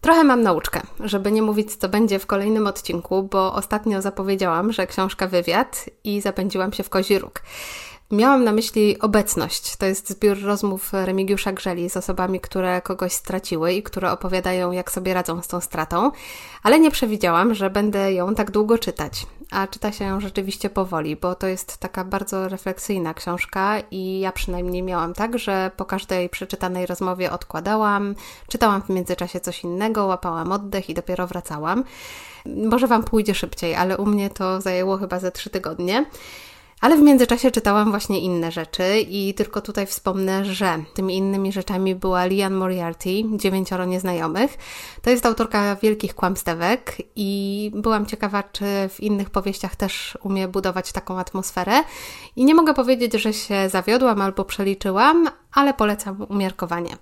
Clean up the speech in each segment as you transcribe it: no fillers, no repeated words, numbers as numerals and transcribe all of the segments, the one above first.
Trochę mam nauczkę, żeby nie mówić, co będzie w kolejnym odcinku, bo ostatnio zapowiedziałam, że książka Wywiad i zapędziłam się w kozi róg. Miałam na myśli Obecność. To jest zbiór rozmów Remigiusza Grzeli z osobami, które kogoś straciły i które opowiadają, jak sobie radzą z tą stratą, ale nie przewidziałam, że będę ją tak długo czytać. A czyta się ją rzeczywiście powoli, bo to jest taka bardzo refleksyjna książka i ja przynajmniej miałam tak, że po każdej przeczytanej rozmowie odkładałam, czytałam w międzyczasie coś innego, łapałam oddech i dopiero wracałam. Może Wam pójdzie szybciej, ale u mnie to zajęło chyba ze 3 tygodnie. Ale w międzyczasie czytałam właśnie inne rzeczy i tylko tutaj wspomnę, że tymi innymi rzeczami była Liane Moriarty, 9 nieznajomych. To jest autorka wielkich kłamstewek i byłam ciekawa, czy w innych powieściach też umie budować taką atmosferę. I nie mogę powiedzieć, że się zawiodłam albo przeliczyłam, ale polecam umiarkowanie.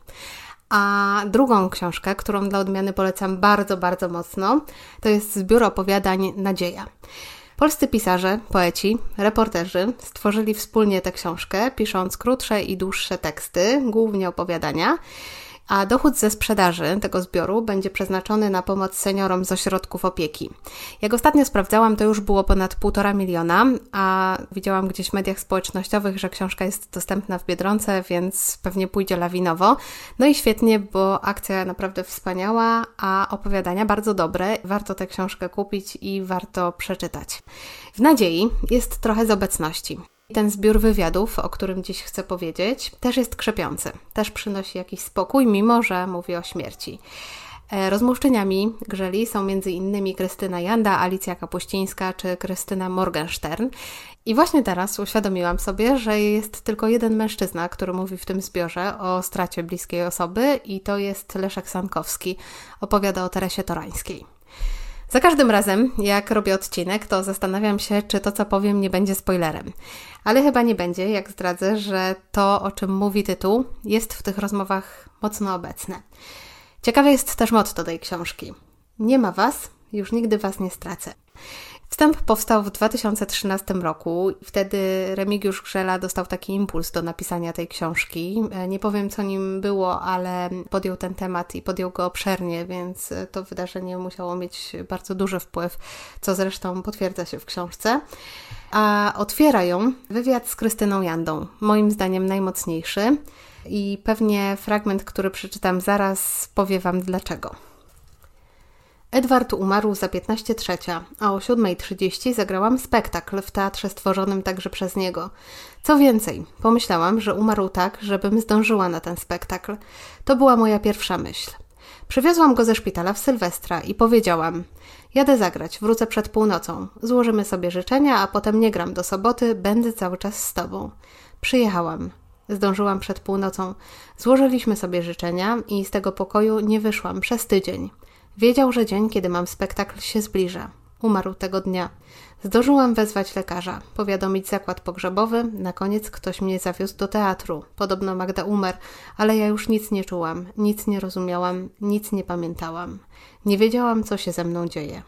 A drugą książkę, którą dla odmiany polecam bardzo, bardzo mocno, to jest zbiór opowiadań Nadzieja. Polscy pisarze, poeci, reporterzy stworzyli wspólnie tę książkę, pisząc krótsze i dłuższe teksty, głównie opowiadania, a dochód ze sprzedaży tego zbioru będzie przeznaczony na pomoc seniorom z ośrodków opieki. Jak ostatnio sprawdzałam, to już było ponad 1,5 miliona, a widziałam gdzieś w mediach społecznościowych, że książka jest dostępna w Biedronce, więc pewnie pójdzie lawinowo. No i świetnie, bo akcja naprawdę wspaniała, a opowiadania bardzo dobre. Warto tę książkę kupić i warto przeczytać. W Nadziei jest trochę z obecności. Ten zbiór wywiadów, o którym dziś chcę powiedzieć, też jest krzepiący. Też przynosi jakiś spokój, mimo że mówi o śmierci. Rozmówczyniami Grzeli są m.in. Krystyna Janda, Alicja Kapuścińska czy Krystyna Morgenstern. I właśnie teraz uświadomiłam sobie, że jest tylko jeden mężczyzna, który mówi w tym zbiorze o stracie bliskiej osoby i to jest Leszek Sankowski. Opowiada o Teresie Torańskiej. Za każdym razem, jak robię odcinek, to zastanawiam się, czy to, co powiem, nie będzie spoilerem. Ale chyba nie będzie, jak zdradzę, że to, o czym mówi tytuł, jest w tych rozmowach mocno obecne. Ciekawe jest też motto tej książki. Nie ma was, już nigdy was nie stracę. Wstęp powstał w 2013 roku. Wtedy Remigiusz Grzela dostał taki impuls do napisania tej książki. Nie powiem, co nim było, ale podjął ten temat i podjął go obszernie, więc to wydarzenie musiało mieć bardzo duży wpływ, co zresztą potwierdza się w książce. A otwiera ją wywiad z Krystyną Jandą, moim zdaniem najmocniejszy. I pewnie fragment, który przeczytam zaraz, powie Wam dlaczego. Edward umarł za 15:03, a o 7:30 zagrałam spektakl w teatrze stworzonym także przez niego. Co więcej, pomyślałam, że umarł tak, żebym zdążyła na ten spektakl. To była moja pierwsza myśl. Przywiozłam go ze szpitala w Sylwestra i powiedziałam: jadę zagrać, wrócę przed północą, złożymy sobie życzenia, a potem nie gram do soboty, będę cały czas z tobą. Przyjechałam. Zdążyłam przed północą. Złożyliśmy sobie życzenia i z tego pokoju nie wyszłam przez tydzień. Wiedział, że dzień, kiedy mam spektakl, się zbliża. Umarł tego dnia. Zdążyłam wezwać lekarza, powiadomić zakład pogrzebowy, na koniec ktoś mnie zawiózł do teatru. Podobno Magda umarł, ale ja już nic nie czułam, nic nie rozumiałam, nic nie pamiętałam. Nie wiedziałam, co się ze mną dzieje.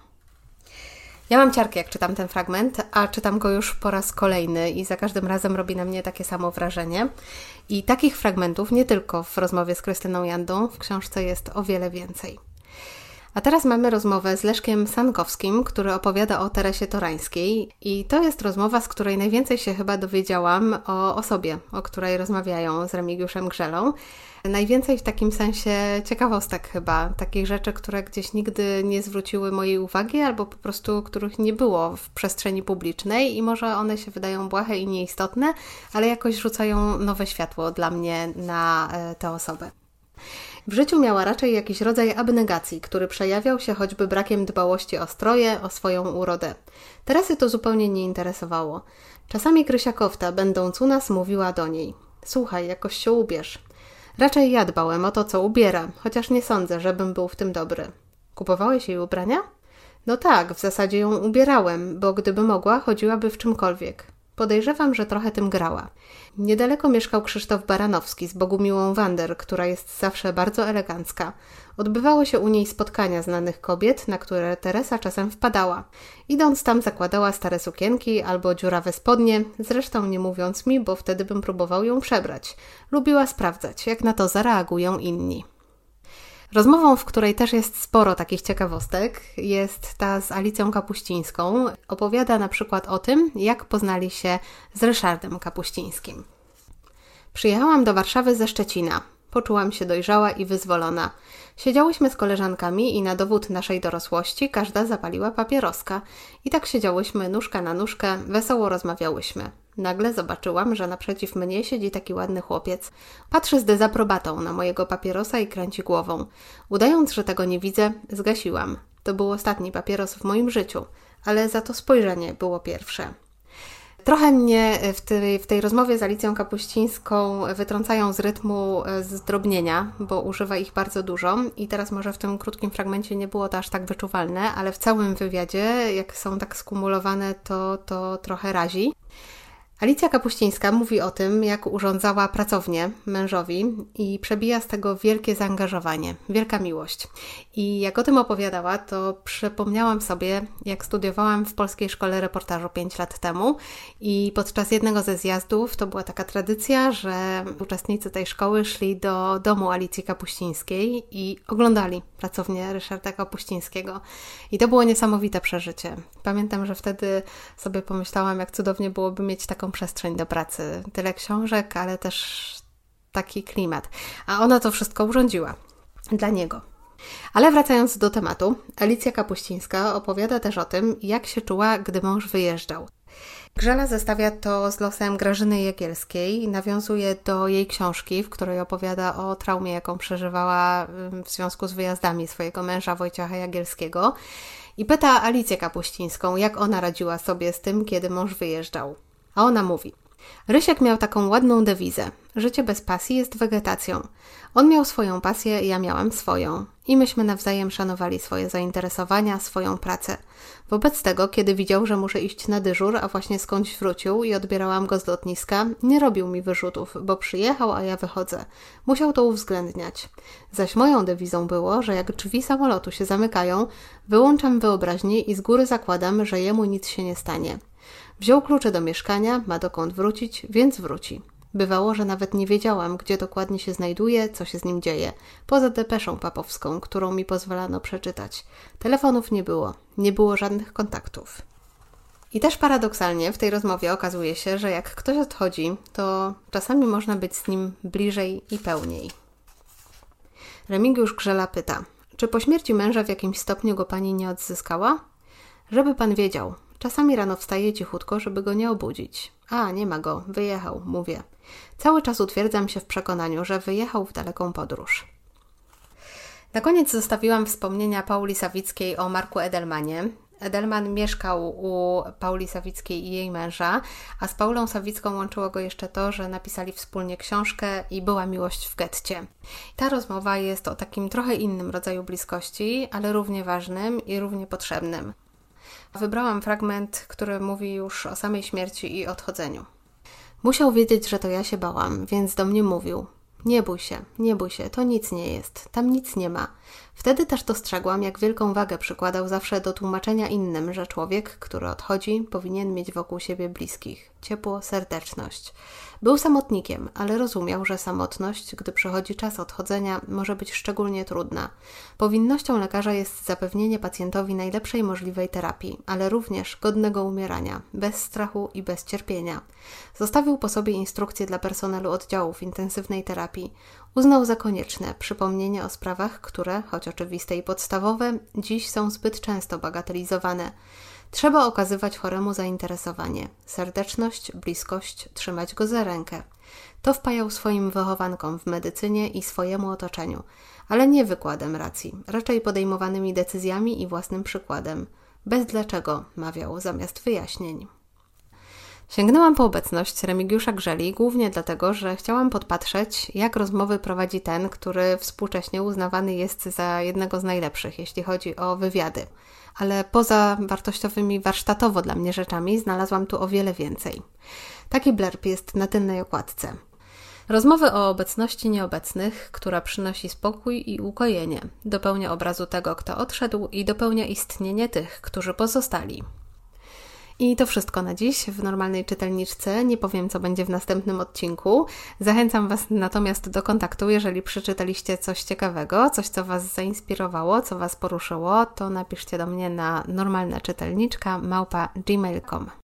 Ja mam ciarki, jak czytam ten fragment, a czytam go już po raz kolejny i za każdym razem robi na mnie takie samo wrażenie. I takich fragmentów nie tylko w rozmowie z Krystyną Jandą w książce jest o wiele więcej. A teraz mamy rozmowę z Leszkiem Sankowskim, który opowiada o Teresie Torańskiej i to jest rozmowa, z której najwięcej się chyba dowiedziałam o osobie, o której rozmawiają z Remigiuszem Grzelą. Najwięcej w takim sensie ciekawostek chyba, takich rzeczy, które gdzieś nigdy nie zwróciły mojej uwagi albo po prostu których nie było w przestrzeni publicznej i może one się wydają błahe i nieistotne, ale jakoś rzucają nowe światło dla mnie na tę osobę. W życiu miała raczej jakiś rodzaj abnegacji, który przejawiał się choćby brakiem dbałości o stroje, o swoją urodę. Teresy to zupełnie nie interesowało. Czasami Krysia Kofta, będąc u nas, mówiła do niej: słuchaj, jakoś się ubierz. Raczej ja dbałem o to, co ubiera, chociaż nie sądzę, żebym był w tym dobry. Kupowałeś jej ubrania? No tak, w zasadzie ją ubierałem, bo gdyby mogła, chodziłaby w czymkolwiek. Podejrzewam, że trochę tym grała. Niedaleko mieszkał Krzysztof Baranowski z Bogumiłą Wander, która jest zawsze bardzo elegancka. Odbywało się u niej spotkania znanych kobiet, na które Teresa czasem wpadała. Idąc tam zakładała stare sukienki albo dziurawe spodnie, zresztą nie mówiąc mi, bo wtedy bym próbował ją przebrać. Lubiła sprawdzać, jak na to zareagują inni. Rozmową, w której też jest sporo takich ciekawostek, jest ta z Alicją Kapuścińską. Opowiada na przykład o tym, jak poznali się z Ryszardem Kapuścińskim. Przyjechałam do Warszawy ze Szczecina. Poczułam się dojrzała i wyzwolona. Siedziałyśmy z koleżankami i na dowód naszej dorosłości każda zapaliła papieroska. I tak siedziałyśmy nóżka na nóżkę, wesoło rozmawiałyśmy. Nagle zobaczyłam, że naprzeciw mnie siedzi taki ładny chłopiec. Patrzy z dezaprobatą na mojego papierosa i kręci głową. Udając, że tego nie widzę, zgasiłam. To był ostatni papieros w moim życiu, ale za to spojrzenie było pierwsze. Trochę mnie w tej rozmowie z Alicją Kapuścińską wytrącają z rytmu zdrobnienia, bo używa ich bardzo dużo i teraz może w tym krótkim fragmencie nie było to aż tak wyczuwalne, ale w całym wywiadzie, jak są tak skumulowane, to trochę razi. Alicja Kapuścińska mówi o tym, jak urządzała pracownię mężowi i przebija z tego wielkie zaangażowanie, wielka miłość. I jak o tym opowiadała, to przypomniałam sobie, jak studiowałam w Polskiej Szkole Reportażu 5 lat temu i podczas jednego ze zjazdów to była taka tradycja, że uczestnicy tej szkoły szli do domu Alicji Kapuścińskiej i oglądali pracownię Ryszarda Kapuścińskiego. I to było niesamowite przeżycie. Pamiętam, że wtedy sobie pomyślałam, jak cudownie byłoby mieć taką przestrzeń do pracy. Tyle książek, ale też taki klimat. A ona to wszystko urządziła dla niego. Ale wracając do tematu, Alicja Kapuścińska opowiada też o tym, jak się czuła, gdy mąż wyjeżdżał. Grzela zestawia to z losem Grażyny Jagielskiej, nawiązuje do jej książki, w której opowiada o traumie, jaką przeżywała w związku z wyjazdami swojego męża Wojciecha Jagielskiego i pyta Alicję Kapuścińską, jak ona radziła sobie z tym, kiedy mąż wyjeżdżał. A ona mówi: Rysiek miał taką ładną dewizę. Życie bez pasji jest wegetacją. On miał swoją pasję, ja miałam swoją. I myśmy nawzajem szanowali swoje zainteresowania, swoją pracę. Wobec tego, kiedy widział, że muszę iść na dyżur, a właśnie skądś wrócił i odbierałam go z lotniska, nie robił mi wyrzutów, bo przyjechał, a ja wychodzę. Musiał to uwzględniać. Zaś moją dewizą było, że jak drzwi samolotu się zamykają, wyłączam wyobraźnię i z góry zakładam, że jemu nic się nie stanie. Wziął klucze do mieszkania, ma dokąd wrócić, więc wróci. Bywało, że nawet nie wiedziałam, gdzie dokładnie się znajduje, co się z nim dzieje, poza depeszą papowską, którą mi pozwalano przeczytać. Telefonów nie było żadnych kontaktów. I też paradoksalnie w tej rozmowie okazuje się, że jak ktoś odchodzi, to czasami można być z nim bliżej i pełniej. Remigiusz Grzela pyta: czy po śmierci męża w jakimś stopniu go pani nie odzyskała? Żeby pan wiedział. Czasami rano wstaję cichutko, żeby go nie obudzić. A, nie ma go, wyjechał, mówię. Cały czas utwierdzam się w przekonaniu, że wyjechał w daleką podróż. Na koniec zostawiłam wspomnienia Pauli Sawickiej o Marku Edelmanie. Edelman mieszkał u Pauli Sawickiej i jej męża, a z Paulą Sawicką łączyło go jeszcze to, że napisali wspólnie książkę i była miłość w getcie. Ta rozmowa jest o takim trochę innym rodzaju bliskości, ale równie ważnym i równie potrzebnym. Wybrałam fragment, który mówi już o samej śmierci i odchodzeniu. Musiał wiedzieć, że to ja się bałam, więc do mnie mówił: nie bój się, to nic nie jest, tam nic nie ma. Wtedy też dostrzegłam, jak wielką wagę przykładał zawsze do tłumaczenia innym, że człowiek, który odchodzi, powinien mieć wokół siebie bliskich, ciepło, serdeczność. Był samotnikiem, ale rozumiał, że samotność, gdy przychodzi czas odchodzenia, może być szczególnie trudna. Powinnością lekarza jest zapewnienie pacjentowi najlepszej możliwej terapii, ale również godnego umierania, bez strachu i bez cierpienia. Zostawił po sobie instrukcje dla personelu oddziałów intensywnej terapii. Uznał za konieczne przypomnienie o sprawach, które, choć oczywiste i podstawowe, dziś są zbyt często bagatelizowane. Trzeba okazywać choremu zainteresowanie, serdeczność, bliskość, trzymać go za rękę. To wpajał swoim wychowankom w medycynie i swojemu otoczeniu, ale nie wykładem racji, raczej podejmowanymi decyzjami i własnym przykładem. Bez dlaczego, mawiał, zamiast wyjaśnień. Sięgnęłam po obecność Remigiusza Grzeli głównie dlatego, że chciałam podpatrzeć, jak rozmowy prowadzi ten, który współcześnie uznawany jest za jednego z najlepszych, jeśli chodzi o wywiady. Ale poza wartościowymi warsztatowo dla mnie rzeczami znalazłam tu o wiele więcej. Taki blerb jest na tylnej okładce. Rozmowy o obecności nieobecnych, która przynosi spokój i ukojenie, dopełnia obrazu tego, kto odszedł i dopełnia istnienie tych, którzy pozostali. I to wszystko na dziś w Normalnej Czytelniczce. Nie powiem, co będzie w następnym odcinku. Zachęcam Was natomiast do kontaktu, jeżeli przeczytaliście coś ciekawego, coś, co Was zainspirowało, co Was poruszyło, to napiszcie do mnie na normalnaczytelniczka@gmail.com.